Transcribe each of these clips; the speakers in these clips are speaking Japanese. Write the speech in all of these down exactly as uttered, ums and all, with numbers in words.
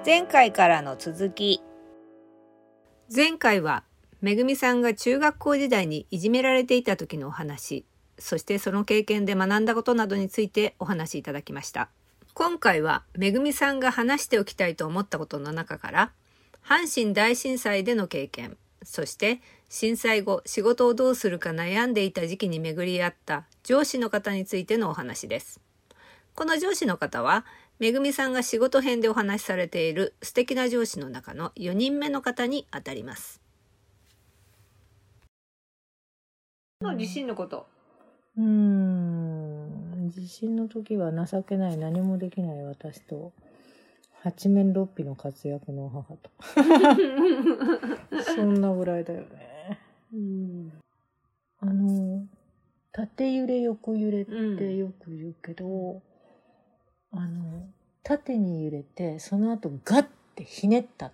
前回からの続き。前回はめぐみさんが中学校時代にいじめられていた時のお話、そしてその経験で学んだことなどについてお話しいただきました。今回はめぐみさんが話しておきたいと思ったことの中から、阪神大震災での経験、そして震災後仕事をどうするか悩んでいた時期に巡り合った上司の方についてのお話です。この上司の方はめぐみさんが仕事編でお話しされている素敵な上司の中のよにんめの方にあたります。地震のこと。 うーん地震の時は情けない何もできない私と八面六臂の活躍の母とそんなぐらいだよね。うんあの縦揺れ横揺れってよく言うけど、うん、あの縦に揺れてその後ガッてひねった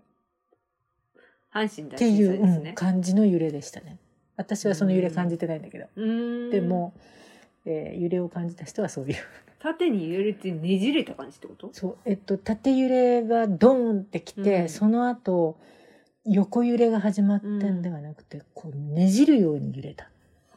阪神大震災ですねっていう、うん、感じの揺れでしたね。私はその揺れ感じてないんだけど、 うーんでも、えー、揺れを感じた人はそういう縦に揺れてねじれた感じってこと？ そう、えっと縦揺れがドーンってきて、うん、その後横揺れが始まったんではなくて、うん、こうねじるように揺れた。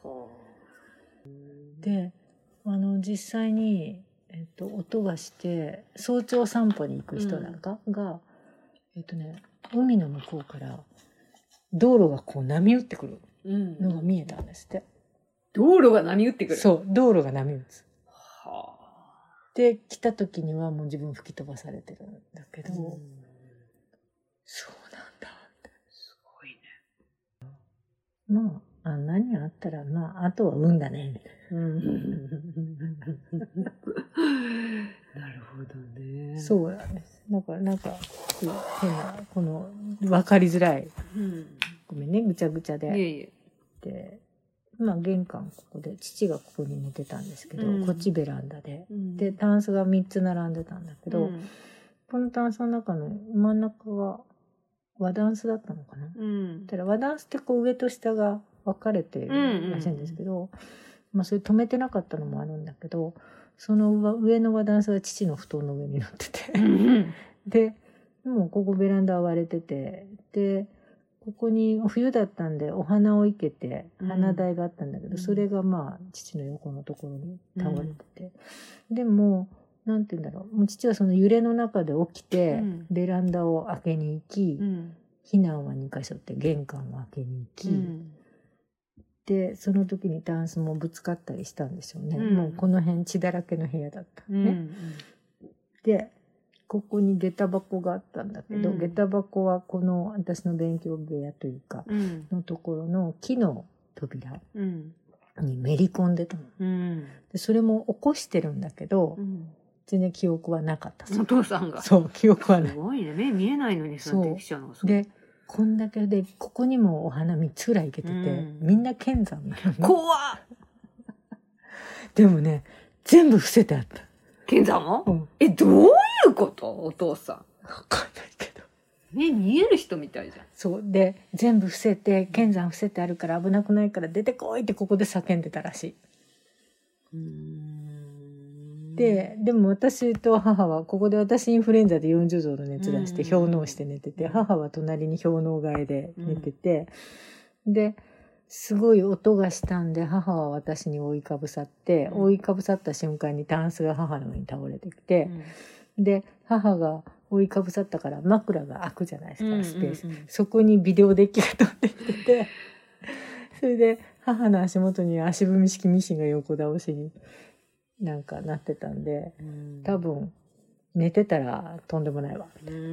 で、あの実際に、えっと、音がして早朝散歩に行く人なんかが、うん、えっとね海の向こうから道路がこう波打ってくるのが見えたんですって。 道路が波打ってくる。 そう、道路が波打つ。はあ。で来た時にはもう自分吹き飛ばされてるんだけど、うん、そうなんだって。 すごいね。 まあ、あ何あったらまああとは運だねみたいな。うん、 なるほどね。 そうなんです。だからなんか変なこの分かりづらい、うん、ごめんねぐちゃぐちゃで。いえいえでまあ玄関ここで父がここに寝てたんですけど、うん、こっちベランダで、うん、でタンスがみっつ並んでたんだけど、うん、このタンスの中の真ん中が和ダンスだったのかな。うん、だから和ダンスってこう上と下が分かれてるらしいんですけど、うんうん、まあそれ止めてなかったのもあるんだけど、その上の和ダンスが父の布団の上に乗ってて、うん、でもうここベランダは割れてて、でここに冬だったんでお花を生けて花台があったんだけど、うん、それがまあ父の横のところに倒れてて、うん、でもなんて言うんだろう、もう父はその揺れの中で起きて、うん、ベランダを開けに行き、うん、避難はにか所って玄関を開けに行き、うん、でその時にタンスもぶつかったりしたんでしょうね、うん、もうこの辺血だらけの部屋だったね、うん、でここに下駄箱があったんだけど、うん、下駄箱はこの私の勉強部屋というか、うん、のところの木の扉にめり込んでたの、うん、でそれも起こしてるんだけど、うん、全然記憶はなかった。 お父さんがそう記憶はない。 すごいね、目見えないのにそうやってきちゃうの。 そうでこんだけでここにもお花みっつぐらい生けてて、うん、みんな剣山みたいな。 怖っでもね全部伏せてあった。 剣山も、うん、えどういうことお父さん。 わかんないけど目見える人みたいじゃん。 そうで全部伏せて剣山伏せてあるから危なくないから出てこいってここで叫んでたらしい。うーんででも私と母はここで私インフルエンザでよんじゅうどの熱出して氷のうして寝てて、母は隣に氷のう替えで寝てて、ですごい音がしたんで母は私に覆いかぶさって、うん、覆いかぶさった瞬間にタンスが母の上に倒れてきて、うん、で母が覆いかぶさったから枕が開くじゃないですか、うんうんうん、スペースそこにビデオデッキが飛んできててそれで母の足元に足踏み式ミシンが横倒しになんかなってたんで、うん、多分寝てたらとんでもないわみたいな、うん、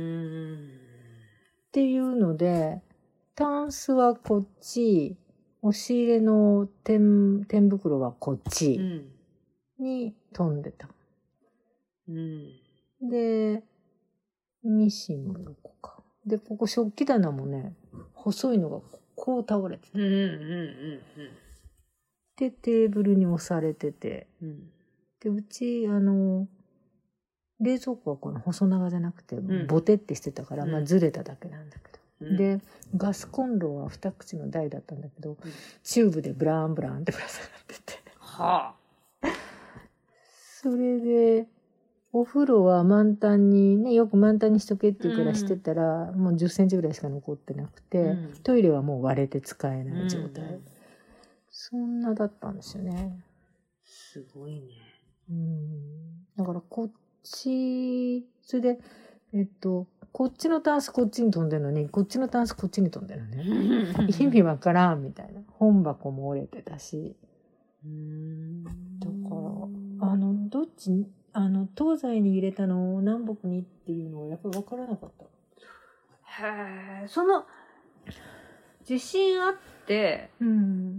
っていうのでタンスはこっち押し入れの 天, 天袋はこっちに飛んでた、うん、でミシンも横かでここ食器棚もね細いのがこう倒れてた、うんうんうんうん、でテーブルに押されてて、うん、でうちあの冷蔵庫はこの細長じゃなくてボテってしてたから、うん、まあずれただけなんだけど、うん、でガスコンロは二口の台だったんだけど、うん、チューブでブラーンブラーンってぶら下がってて、はあ、それでお風呂は満タンにね、よく満タンにしとけって言うからしてたら、うん、もうじゅっセンチぐらいしか残ってなくて、うん、トイレはもう割れて使えない状態、うん、そんなだったんですよね。 すごいね。 うん、だからこっちそれでえっとこっちのタンスこっちに飛んでるのにこっちのタンスこっちに飛んでるのね意味わからんみたいな。本箱も折れてたし、うーん、だからあのどっちあの東西に入れたのを南北にっていうのはやっぱりわからなかった。 へえ。その地震あって、うん、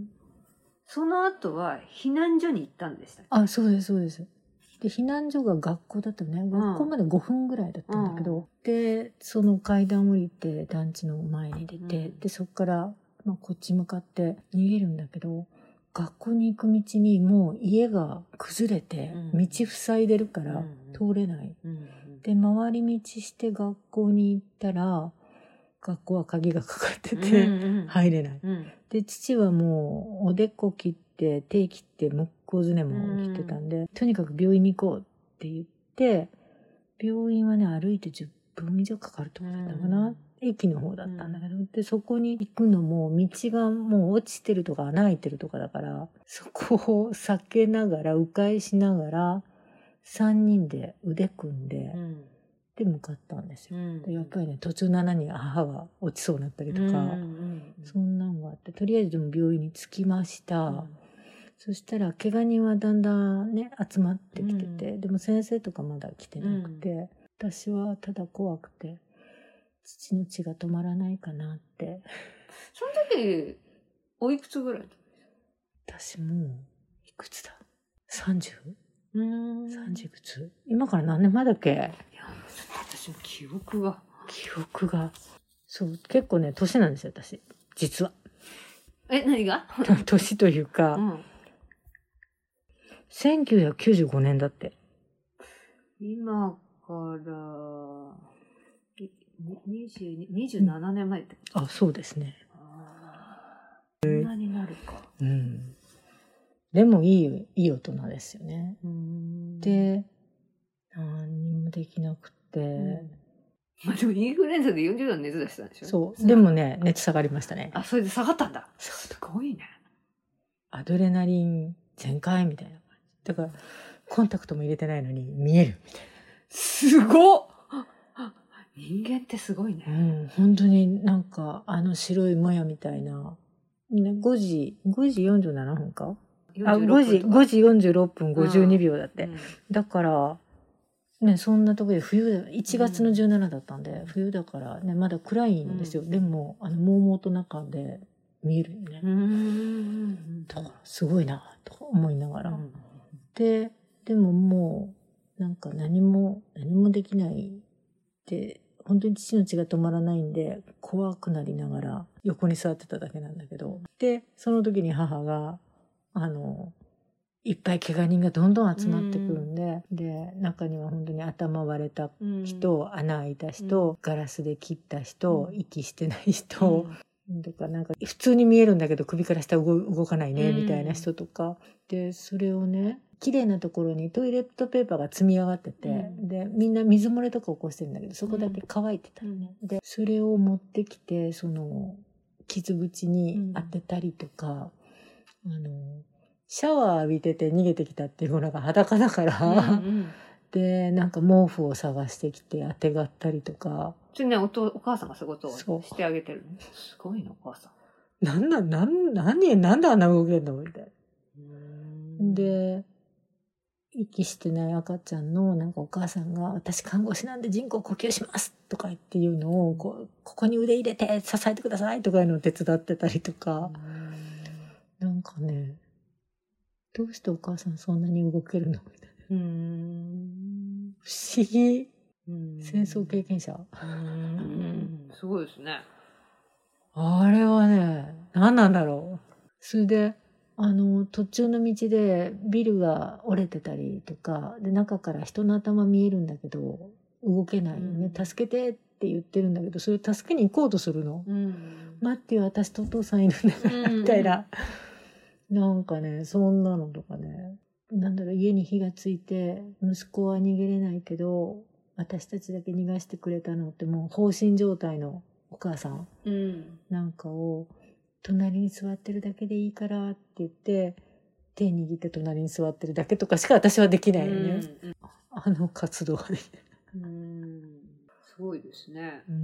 その後は避難所に行ったんでしたっけ？ あ、そうですそうです。で避難所が学校だったね。学校までごふんぐらいだったんだけど、うん、でその階段降りて団地の前に出て、うん、でそこから、まあ、こっち向かって逃げるんだけど、学校に行く道にもう家が崩れて道塞いでるから通れない、うんうん、で回り道して学校に行ったら学校は鍵がかかってて入れない、うんうん、で父はもうおでこ切って手切って木工ずねも切ってたんで、うん、とにかく病院に行こうって言って病院はね歩いてじゅっぷん以上かかるとこだったかな、うん、駅の方だったんだけど、うん、でそこに行くのも道がもう落ちてるとか穴開いてるとかだからそこを避けながら迂回しながらさんにんで腕組んで、うん、で向かったんですよ、うん、でやっぱりね途中の穴に母が落ちそうになったりとか、うんうんうん、そんなんがあってとりあえずでも病院に着きました、うん、そしたら怪我人はだんだんね集まってきてて、うん、でも先生とかまだ来てなくて、うん、私はただ怖くて父の血が止まらないかなって。 その時おいくつぐらい？ 私もういくつだ ?さんじゅう？ うーん。さんじゅういくつ？今から何年前だっけ？いや、 私も記憶が。 記憶が。そう、結構ね、年なんですよ、私。実は。 え、何が？ 年というか、うん、せんきゅうひゃくきゅうじゅうごねんだって。 今から、にじゅうに、にじゅうななねんまえってこと、 うん、あ、そうですね。 そんなになるか。 うん。でもいい、いい大人ですよね。うん、で、何にもできなくて。うんまあでもインフルエンザでよんじゅうどの熱出したんでしょ？ そう。でもね、熱下がりましたね。 あ、それで下がったんだ。すごいね。 アドレナリン全開みたいな感じ。だから、コンタクトも入れてないのに見えるみたいな。 すごっ！人間ってすごいね。 うん、本当になんか、あの白いもやみたいな。ね、ごじ、ごじよんじゅうななふんか？あ、ごじ、ごじよんじゅうろっぷんごじゅうにびょうだって。うん、だから、ね、そんなとこで冬でいちがつのじゅうしちだったんで、うん、冬だからねまだ暗いんですよ、うん、でもあの朦々と中で見えるよね、うん、だからすごいなと思いながら、うん、ででももうなんか何も何もできないで本当に父の血が止まらないんで怖くなりながら横に座ってただけなんだけど、でその時に母があのいっぱい怪我人がどんどん集まってくるんで、うん、で中には本当に頭割れた人、うん、穴開いた人、うん、ガラスで切った人、うん、息してない人、うん、とかなんか普通に見えるんだけど首から下動動かないね、うん、みたいな人とかでそれをね綺麗なところにトイレットペーパーが積み上がってて、うん、でみんな水漏れとか起こしてるんだけどそこだけ乾いてたのね、うん、でそれを持ってきてその傷口に当てたりとか、うん、あのシャワー浴びてて逃げてきたっていうのが裸だから、うんうん、でなんか毛布を探してきて当てがったりとか。 それね お, お母さんがそういうことをしてあげてるの。すごいなお母さん。なんだなん何なんであんな動けんのみたいな。で息してない赤ちゃんのなんかお母さんが私看護師なんで人工呼吸しますとかっていうのをこうここに腕入れて支えてくださいとかいうのを手伝ってたりとか、なんかね。どうしてお母さんそんなに動けるのみたいな。うーん不思議。うん戦争経験者。 うんすごいですね。 あれはね、何なんだろう。それで、あの、途中の道でビルが折れてたりとか、で、中から人の頭見えるんだけど、動けないよね。うん、助けてって言ってるんだけど、それ助けに行こうとするの。うん、待ってよ、私とお父さんいるんだから、みたいな。なんかね、そんなのとかね。 なんだろう、家に火がついて、息子は逃げれないけど、私たちだけ逃がしてくれたのって、もう放心状態のお母さんなんかを、隣に座ってるだけでいいからって言って、手握って隣に座ってるだけとかしか私はできないよね。うんうん、あの活動はね。 うん、すごいですね。 うん、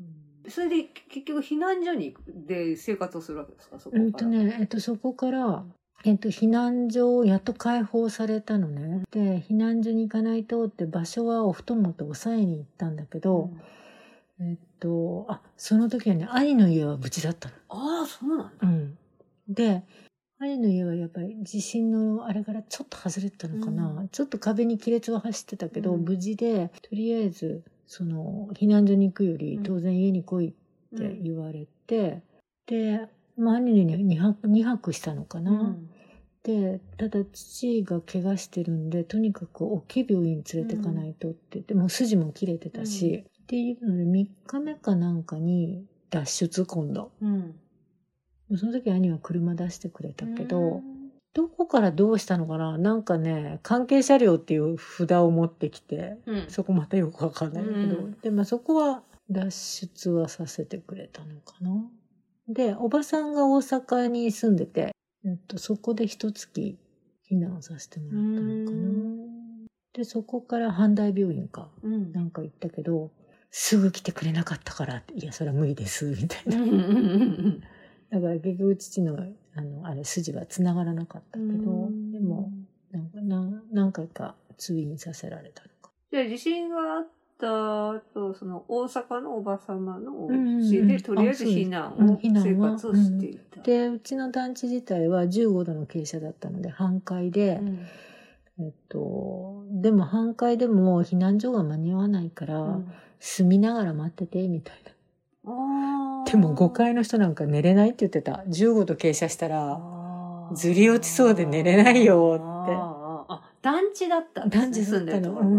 それで結局避難所にで生活をするわけですか、そこから。 えっとね、えっと、そこから、えっと、避難所をやっと解放されたのね。で、避難所に行かないとって場所はお布団持って抑えに行ったんだけど、うん、えっと、あ、その時はね、兄の家は無事だったの。 ああ、そうなんだ。 うん。で、兄の家はやっぱり地震のあれからちょっと外れてたのかな。うん、ちょっと壁に亀裂は走ってたけど、うん、無事で、とりあえず、その、避難所に行くより、当然家に来いって言われて、うん、で、まあ、兄にに泊、にはくしたのかな。うん、で、ただ父が怪我してるんで、とにかく大きい病院連れてかないとって言って、うん、もう筋も切れてたし、うん、っていうのでみっかめかなんかに脱出今度。うん、その時兄は車出してくれたけど、うん、どこからどうしたのかな、なんかね、関係車両っていう札を持ってきて、うん、そこまたよくわかんないんだけど、うん、で、まあそこは脱出はさせてくれたのかな。で、おばさんが大阪に住んでて、えっと、そこで一月避難させてもらったのかな。で、そこから阪大病院か、うん、なんか行ったけど、すぐ来てくれなかったから、いや、それは無理です、みたいな。だから結局父の、あの、あれ、筋は繋がらなかったけど、でも、なんか何、何回か通院させられたのか。 じゃあ地震があった後、その大阪のおば様のお家で、とりあえず避難を、生活をしていた。 で、うちの団地自体はじゅうごどの傾斜だったので、半階で、うん、えっと、でも半階でも避難所が間に合わないから、うん、住みながら待ってて、みたいな。でもごかいの人なんか寝れないって言ってた。じゅうごど傾斜したら、ずり落ちそうで寝れないよって。 あ、団地だったんですね。 団地だったの。うん。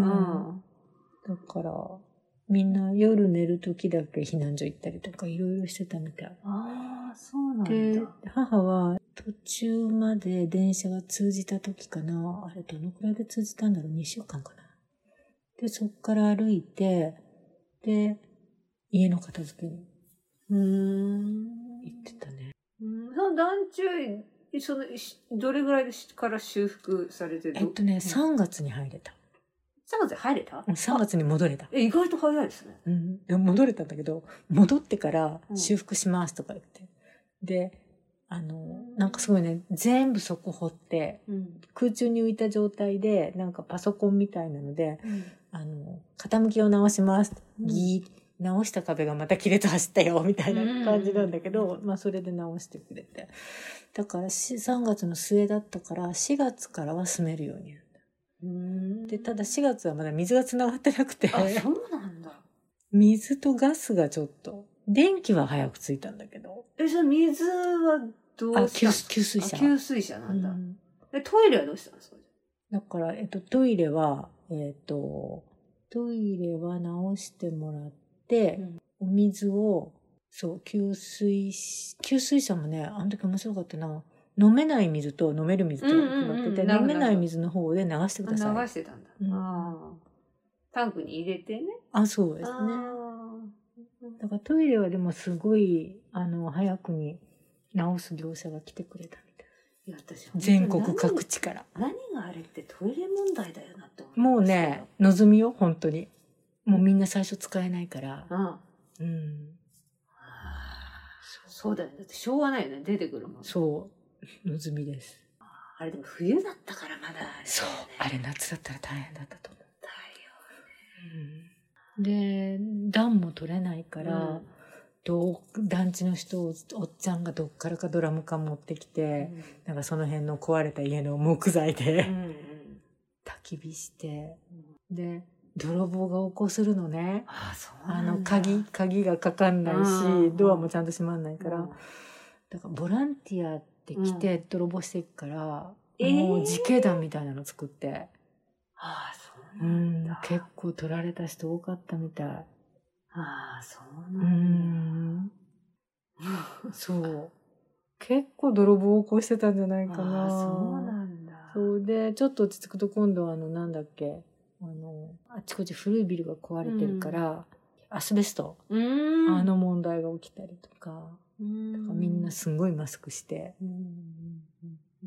だから、みんな夜寝る時だけ避難所行ったりとかいろいろしてたみたい。 ああ、そうなんだ。 で、母は途中まで電車が通じた時かな。あれどのくらいで通じたんだろう ?に 週間かな。で、そっから歩いて、で、家の片付けにうーん行ってたね。 うん、その団地、その、どれぐらいから修復されてる？ えっとね、さんがつに入れた。 さんがつに入れた？ さんがつに戻れた。 え、意外と早いですね。 うん。でも戻れたんだけど、戻ってから修復しますとか言って。うん、で、あの、なんかすごいね、全部底掘って、うん、空中に浮いた状態で、なんかパソコンみたいなので、うん、あの、傾きを直します。ギー、直した壁がまた亀裂走ったよ、みたいな感じなんだけど、まあそれで直してくれて。だからさんがつの末だったから、しがつからは住めるようになった。うんで、ただしがつはまだ水が繋がってなくて。 あ、そうなんだ。 水とガスがちょっと、電気は早くついたんだけど。 え、じゃあ水はどうした？ あ、給、給水車。 給水車なんだ。うん、え、トイレはどうしたんですか？ だから、えっと、トイレは、えっと、トイレは直してもらって、うん、お水を、そう、給水、給水車もね、あの時面白かったな。飲めない水と飲める水と決まってて、うんうんうん、飲めない水の方で流してください。 流してたんだ。うん、あタンクに入れてね。 あ、そうですね。だからトイレはでもすごい、あの、早くに直す業者が来てくれたみたい。いや、私全国各地から。 何があれってトイレ問題だよなって思う。もうね、望みよ、本当に。もうみんな最初使えないから。うん。うん。 そうだよね。だってしょうがないよね。出てくるもん。 そう。望みです。 あれでも冬だったからまだあれ、ね。 そう。あれ夏だったら大変だったと思う。だよね。うん、で、暖も取れないから、うん、どう団地の人をおっちゃんがどっからかドラム缶持ってきて、うん、なんかその辺の壊れた家の木材で、うんうん、焚き火して、うん、で、泥棒が起こするのね。 ああ、そうなんだ。 あの、鍵、鍵がかかんないし、ドアもちゃんと閉まんないから、うん、だからボランティアって来て泥棒していくから、うん、もう自警団みたいなの作って、えー、 ああ、そうなんだ。 うん、結構取られた人多かったみたい。 ああ、そうなんだ。うんそう。結構泥棒起こしてたんじゃないかな。 ああ、そうなんだ。 そうで、ちょっと落ち着くと今度はあの、なんだっけ、あの、あっちこっち古いビルが壊れてるから、うん、アスベスト。あの問題が起きたりとか、うんとかみんなすんごいマスクして、うん、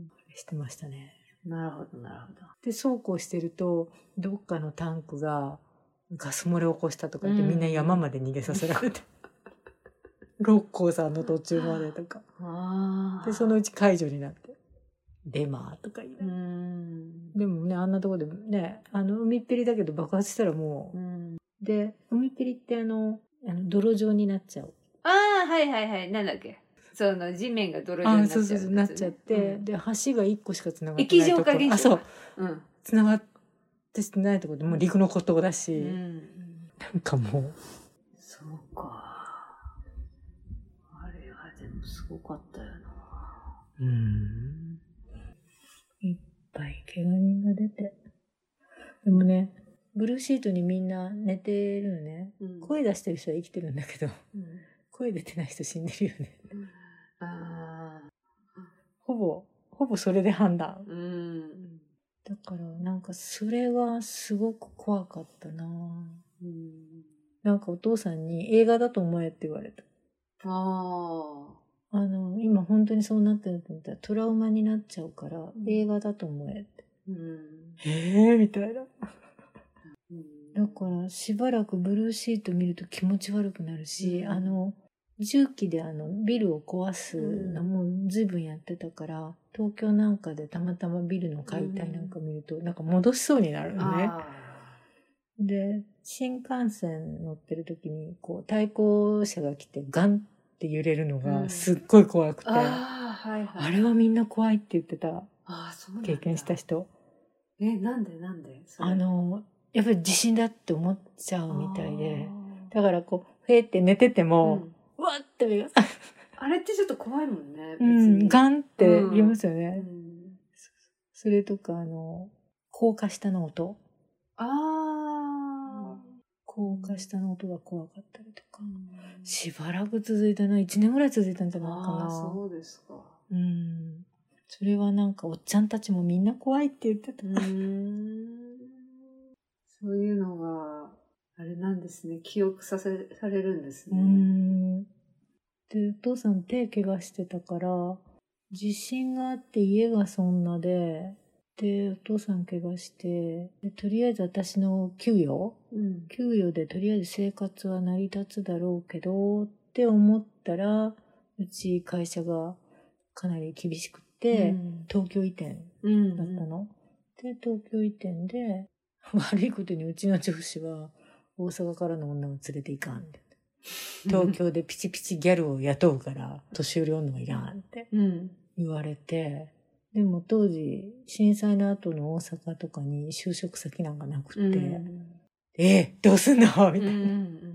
してましたね。 なるほど、なるほど。 で、そうこうしてると、どっかのタンクがガス漏れ起こしたとか言って、みんな山まで逃げさせられて。六甲山の途中までとか。で、そのうち解除になって。デマーとか言う。うんでもね、あんなとこでね、あの、海っぺりだけど爆発したらもう。うん、で、海っぺりってあの、あの泥状になっちゃう。 ああ、はいはいはい。なんだっけ。その地面が泥状になっちゃう、ね。 あそうそうそう、なっちゃって、うん、で、橋が一個しか繋がってない液状化現象。 あ、そう。うん。繋がってしてないところでもう陸の孤島だし、うん、なんかもう。 そうか。あれはでもすごかったよな。 うん。いっぱい怪我人が出て。でもね、ブルーシートにみんな寝てるのね。うん、声出してる人は生きてるんだけど、うん、声出てない人死んでるよね。うん、あほぼ、ほぼそれで判断。うん、だからなんかそれはすごく怖かったな、うん、なんかお父さんに映画だと思えって言われた。ああ。あの、今本当にそうなってると思ったらトラウマになっちゃうから、うん、映画だと思えって。うん、へえーみたいな。うん、だからしばらくブルーシート見ると気持ち悪くなるし、うん、あの、重機であのビルを壊すのも随分やってたから、うん、東京なんかでたまたまビルの解体なんか見ると、うん、なんか戻しそうになるのね。で、新幹線乗ってる時にこう対向車が来てガンって揺れるのがすっごい怖くて、うん、あ, はいはい、あれはみんな怖いって言ってた。あ、そうなんだ。経験した人。 え、なんでなんでそれあの、やっぱり地震だって思っちゃうみたいで、だからこう、ふえって寝てても、うん、わって目が。 あれってちょっと怖いもんね。 別にうん、ガンって言いますよね。うん、それとか、あの、高架下の音。ああ、うん。高架下の音が怖かったりとか。うん、しばらく続いたな。一年ぐらい続いたんじゃないかな。 ああ、そうですか。 うん。それはなんか、おっちゃんたちもみんな怖いって言ってた。うーん、 そういうのが、あれなんですね。記憶させされるんですね。うーんで、お父さん手怪我してたから、地震があって家がそんなで、で、お父さん怪我して、でとりあえず私の給与、うん、給与でとりあえず生活は成り立つだろうけど、って思ったら、うち会社がかなり厳しくて、うん、東京移転だったの。うんうん、で、東京移転で、悪いことにうちの上司は、大阪からの女を連れていかんって。東京でピチピチギャルを雇うから、年寄り女はいらんって言われて、うん、でも当時、震災の後の大阪とかに就職先なんかなくて、うん、え、どうすんのみたいな、うんうん。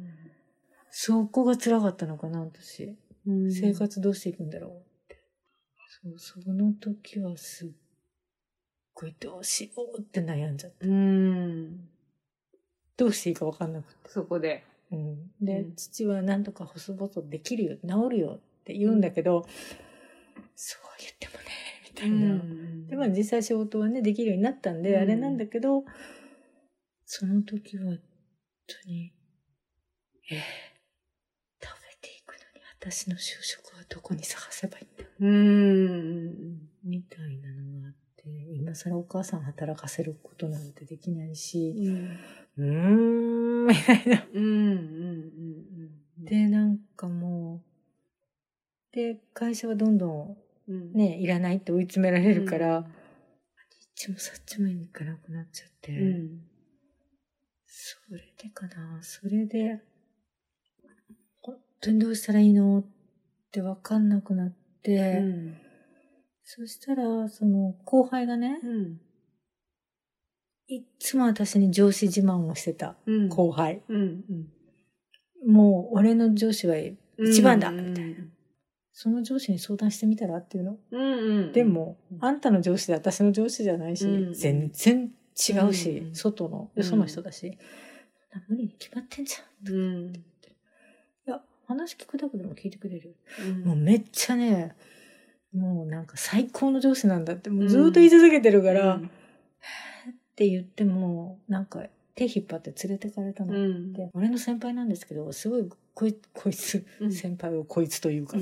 そこが辛かったのかな、私。うん、生活どうしていくんだろうって。そう、その時はすっごいどうしようって悩んじゃった。うん、どうしていいか分かんなくて。 そこで。 うん、で、うん、父は何とか細々できるよ、治るよって言うんだけど、うん、そう言ってもね、みたいな。うん、で、まあ実際仕事はね、できるようになったんで、うん、あれなんだけど、その時は本当に、えー、食べていくのに私の就職はどこに探せばいいんだ、うん、みたいなのがあって、今更お母さん働かせることなんてできないし、うん、うーんみたいな。うんうんうんうん、で、なんかもう、で、会社はどんどんね、うん、いらないって追い詰められるから、うん、ちもさっちもいかなくなっちゃって、うん、それでかな、それで、本当にどうしたらいいのってわかんなくなって、うん、そしたら、その後輩がね、うん、いつも私に上司自慢をしてた、うん、後輩、うんうん。もう俺の上司は一番だ、みたいな、うんうん。その上司に相談してみたらっていうの。うんうんうん、でも、あんたの上司で私の上司じゃないし、うんうん、全然違うし、うんうん、外の、よその人だし、うん、無理に決まってんじゃん。うん、いや、話聞くだけでも聞いてくれる。うん、もうめっちゃね、 もうなんか最高の上司なんだってもうずっと言い続けてるから、うん、って言ってもなんか手引っ張って連れてかれたの、うん、で俺の先輩なんですけどすごいこい、こいつ、うん、先輩をこいつというか、うん、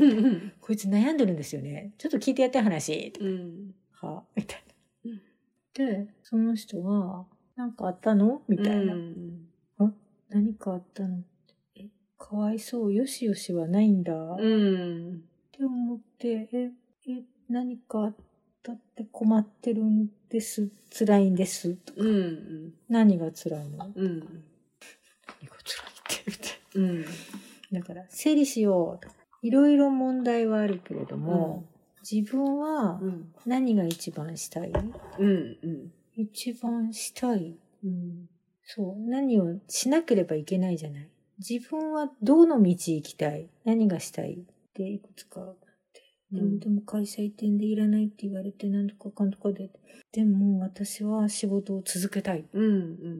こいつ悩んでるんですよねちょっと聞いてやって話とか、うん、はみたいな、うん、でその人はなんかあったのみたいな、うん、あ何かあったのえかわいそうよしよしはないんだ、うん、って思ってええ何かあったって困ってるんです辛いんですとか、うんうん、何が辛いの、うん、何が辛いってみたいな、うん、だから整理しようといろいろ問題はあるけれども、うん、自分は何が一番したい、うんうん、一番したい、うん、そう何をしなければいけないじゃない自分はどの道行きたい何がしたいっていくつかでも、でも会社移転でいらないって言われて何とかかんとかででも私は仕事を続けたい、うんうん、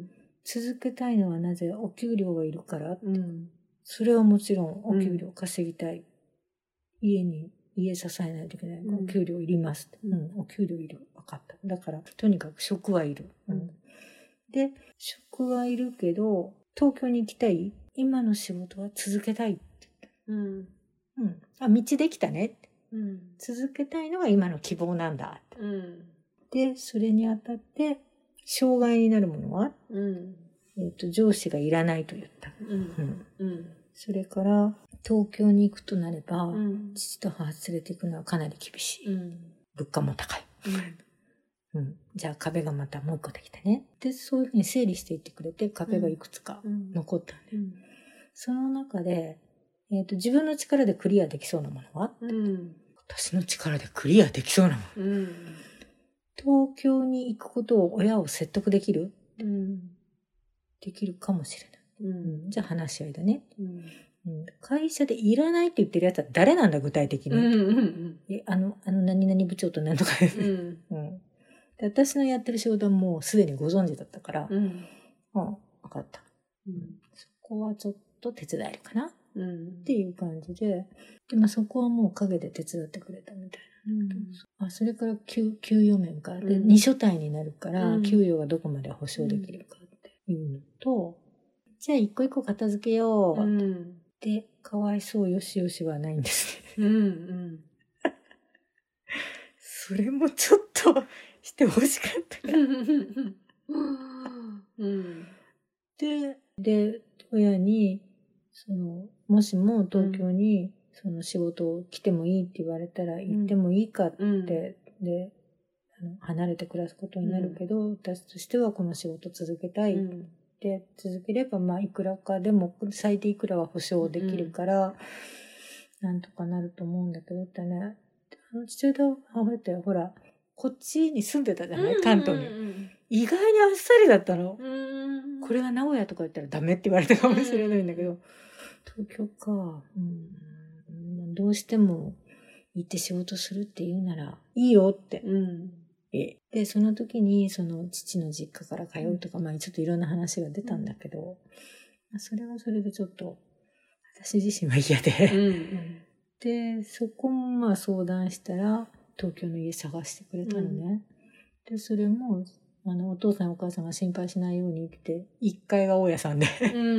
続けたいのはなぜお給料がいるからって、うん、それはもちろんお給料稼ぎたい、うん、家に家支えないといけない、うん、お給料いります、うんうん、お給料いる分かっただからとにかく職はいる、うん、で職はいるけど東京に行きたい今の仕事は続けたいって、うんうん、あ道できたねってうん、続けたいのが今の希望なんだ、うん、でそれにあたって障害になるものは、うんえー、と上司がいらないと言った、うんうん、それから東京に行くとなれば、うん、父と母連れて行くのはかなり厳しい、うん、物価も高い、うんうん、じゃあ壁がまたもう一個できたねでそういうふうに整理していってくれて壁がいくつか残ったんで、うんうん、その中で、えー、と自分の力でクリアできそうなものは、うん私の力でクリアできそうなもの、うん、東京に行くことを親を説得できる、うん、できるかもしれない、うん、じゃあ話し合いだね、うんうん、会社でいらないって言ってるやつは誰なんだ具体的に、うんうんうん、えあのあの何々部長と何とか、うんうん、で私のやってる仕事はもうすでにご存知だったから、うん、あ分かった、うん、そこはちょっと手伝えるかな、うん、っていう感じでで、まあ、そこはもう陰で手伝ってくれたみたいな、うん、あそれから給給与面かで、うん、に所帯になるから、うん、給与がどこまで保証できるかっていうのと、うん、じゃあ一個一個片付けよう、うん、でかわいそうよしよしはないんですね、うんうん、それもちょっとしてほしかったから、うん、でで親にそのもしも東京に、うんその仕事を来てもいいって言われたら行ってもいいかって、うん、であの離れて暮らすことになるけど、うん、私としてはこの仕事続けたい、うん、で続ければまあいくらかでも最低いくらは保証できるから、うん、なんとかなると思うんだけどってねあの父親と母親ってほらこっちに住んでたじゃない、うん、関東に、うん、意外にあっさりだったの、うん、これが名古屋とか言ったらダメって言われたかもしれないんだけど、うん、東京かうんどうしても行って仕事するって言うならいいよって、うん、えでその時にその父の実家から通うとか、うん、まあちょっといろんな話が出たんだけど、うん、それはそれでちょっと私自身は嫌で、うんうん、でそこもまあ相談したら東京の家探してくれたのね、うん、でそれもあのお父さんお母さんが心配しないようにっていっかいが大家さんで、うんうん、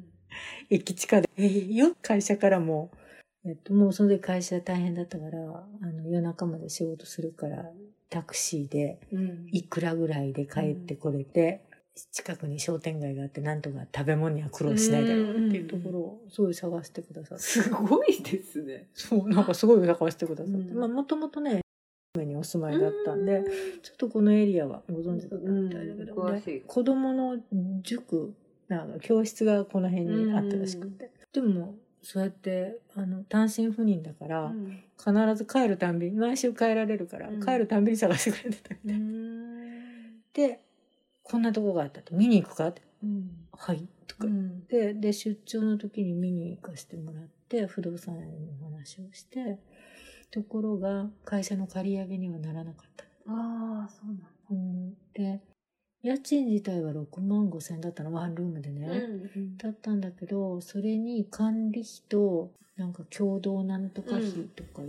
駅地下で、えー、よ会社からもえっと、もうその時会社大変だったから、あの夜中まで仕事するから、タクシーで、いくらぐらいで帰ってこれて、うん、近くに商店街があって、なんとか食べ物には苦労しないだろうっていうところを、すごい探してくださって。 すごいですね。 そう、なんかすごい探してくださって。うん、まあ、もともとね、にお住まいだったんで、んちょっとこのエリアはご存知だったみたいだけど、ね、子供の塾、なんか教室がこの辺にあったらしくて。でも、そうやってあの単身赴任だから、うん、必ず帰るたんびに毎週帰られるから、うん、帰るたんびに探してくれてたみたいな、うん、でこんなとこがあったと見に行くかって、うん、はいとか、うん、で, で出張の時に見に行かせてもらって不動産屋の話をしてところが会社の借り上げにはならなかった。 ああそうなんだ、 うん、で家賃自体はろくまんごせんだったのワンルームでね、うんうん、だったんだけどそれに管理費となんか共同なんとか費とか言っ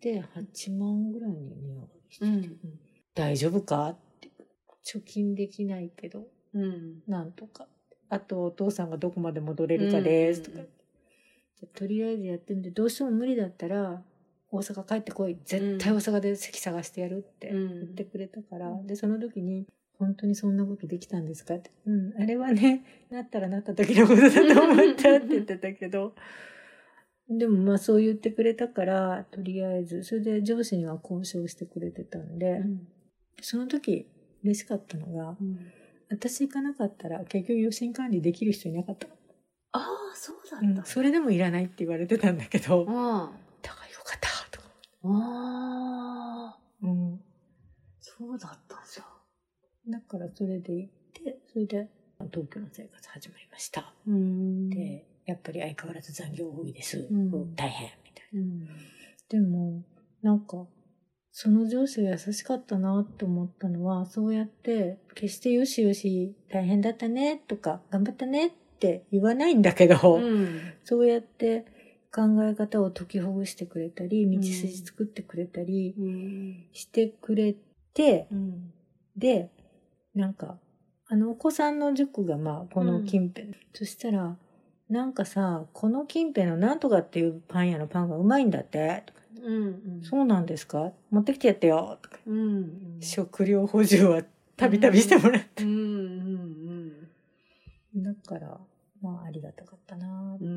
てはちまんぐらいに値上がりしてて、 うん、 大丈夫かって貯金できないけど、 うん、 なんとかあとお父さんがどこまで戻れるかですとか、うんうんうん、じゃとりあえずやってみてどうしても無理だったら大阪帰ってこい絶対大阪で席探してやるって言ってくれたから、うん、でその時に本当にそんなことできたんですかって、うん、あれはねなったらなった時のことだと思ったって言ってたけどでもまあそう言ってくれたからとりあえずそれで上司には交渉してくれてたんで、うん、その時嬉しかったのが、うん、私行かなかったら結局予診管理できる人いなかったの。 ああそうだった、うん、 それでもいらないって言われてたんだけど、 ああだからよかったとか。 ああ、 うん、 そうだったんじゃ。 だからそれで行ってそれで東京の生活始まりました。 うんでやっぱり相変わらず残業多いです、 うん、 大変みたいな、 うん、 でもなんかその上司が優しかったなって思ったのはそうやって決してよしよし大変だったねとか頑張ったねって言わないんだけど、 うん、 そうやって考え方を解きほぐしてくれたり道筋作ってくれたりしてくれて、 うん、 でなんかあのお子さんの塾がまあこの近辺、うん、そしたらなんかさこの近辺のなんとかっていうパン屋のパンがうまいんだってとか、 うんうん、 そうなんですか持ってきてやってよとか、 うんうん、 食料補充はたびたびしてもらって、 うんうんうん、だからまあありがたかったなって、うん、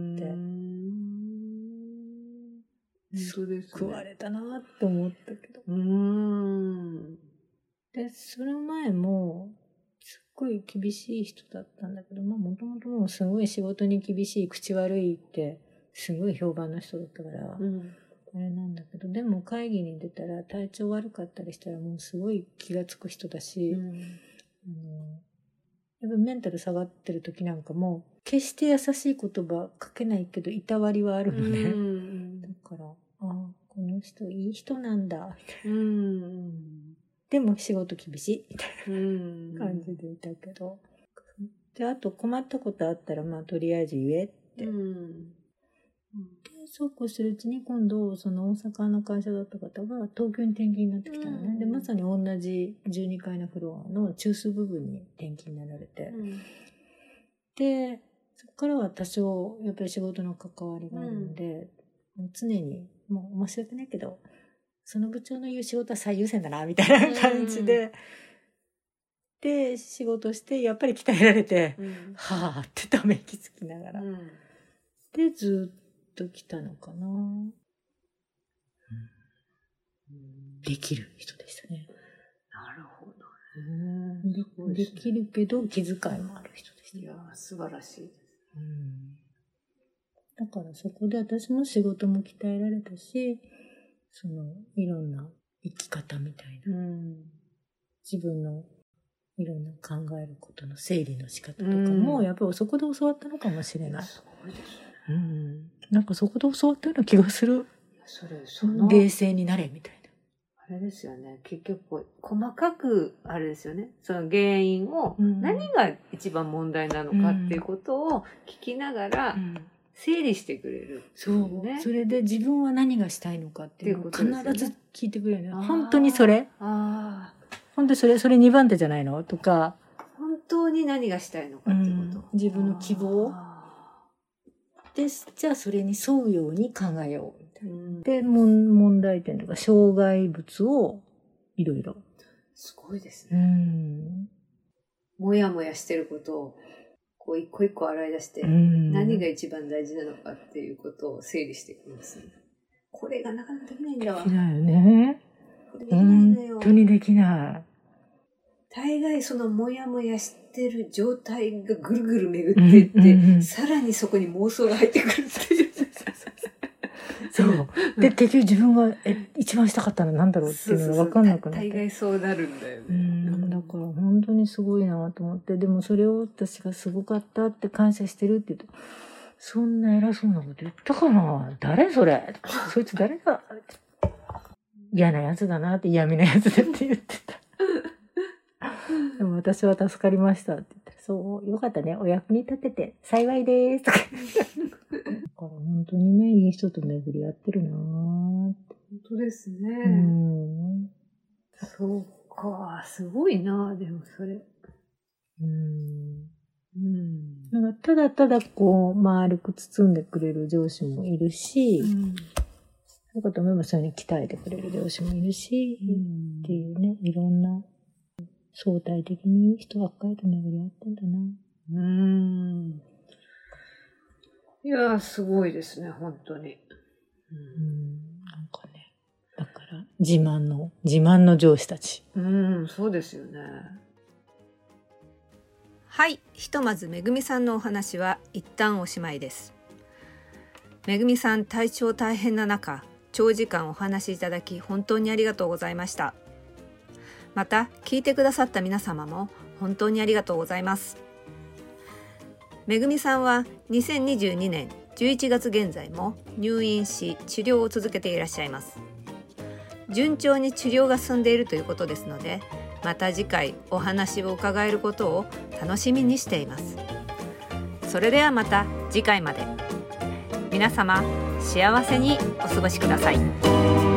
そうですね、 救われたなって思ったけど、 うん、 でその前もすっごい厳しい人だったんだけど、まあもともともうすごい仕事に厳しい口悪いってすごい評判の人だったから、 うん、 あれなんだけどでも会議に出たら体調悪かったりしたらもうすごい気がつく人だし、うん、あのやっぱメンタル下がってる時なんかも決して優しい言葉かけないけどいたわりはあるのね、うん、だからあこの人いい人なんだみたいな、うん、でも仕事厳しいみたいな感じでいたけど、うん、であと困ったことあったらまあとりあえず言えって、うん、でそうこうするうちに今度その大阪の会社だった方が東京に転勤になってきたのね、うん、でまさに同じじゅうにかいのフロアの中枢部分に転勤になられて、うん、でそこからは多少やっぱり仕事の関わりがあるので、うん、もう常にもう申し訳ないけどその部長の言う仕事は最優先だなみたいな感じで、うん、で仕事してやっぱり鍛えられて、うん、はぁってため息つきながら、うん、でずっと来たのかな、うん、できる人でしたね。 なるほどね。 で, できるけど気遣いもある人でした。 いや素晴らしいです、 うん、だからそこで私も仕事も鍛えられたしそのいろんな生き方みたいな、うん、自分のいろんな考えることの整理の仕方とかも、うん、やっぱりそこで教わったのかもしれない。 すごいですね、 うん、なんかそこで教わったような気がする。 それその冷静になれみたいな。 あれですよね、結局細かくあれですよね、その原因を、うん、何が一番問題なのかっていうことを聞きながら、うん整理してくれる、ね、 そうそれで自分は何がしたいのかっていうのを必ず聞いてくれるね。本当にそれあ本当にそれそれにばん手じゃないのとか本当に何がしたいのかっていうこと、 うん、自分の希望でじゃあそれに沿うように考えようみたいな、うん、で問題点とか障害物をいろいろすごいですね、 うん、 もやもやしてることをこう一個一個洗い出して、うん、何が一番大事なのかっていうことを整理していくんですね。これがなかなかできないんだわ。 できないよね。 これできないのよ。 本当にできない。 大概そのモヤモヤしてる状態がぐるぐる巡っていって、うんうんうん、さらにそこに妄想が入ってくるっていう。 そう。で、結局自分がえ一番したかったのは何だろうっていうのが分かんなくなって。 大概そうなるんだよね。 うんだから本当にすごいなと思って、でもそれを私がすごかったって感謝してるって言うと、そんな偉そうなこと言ったかな誰それそいつ誰だ嫌なやつだなって嫌味なやつだって言ってた。でも私は助かりましたって言ったらそう、よかったね。お役に立てて幸いです。だから本当にね、いい人と巡り合ってるなぁ。 本当ですね。 うん。 そうか、すごいなぁ、でもそれ。 うん。 うん。 なんかただただこう、丸く包んでくれる上司もいるし、うん、そういうこと思えばそういうふうに鍛えてくれる上司もいるし、うん、っていうね、いろんな相対的に人ばっかりと巡り合ってんだな。 うーん。いやー、すごいですね、本当に。 うん、なんかね、だから自慢の自慢の上司たち。 うん、そうですよね。はい、ひとまずめぐみさんのお話は一旦おしまいです。めぐみさん、体調大変な中、長時間お話しいただき本当にありがとうございました。また聞いてくださった皆様も本当にありがとうございます。めぐみさんはにせんにじゅうにねんじゅういちがつ現在も入院し治療を続けていらっしゃいます。順調に治療が進んでいるということですので、また次回お話を伺えることを楽しみにしています。それではまた次回まで。皆様幸せにお過ごしください。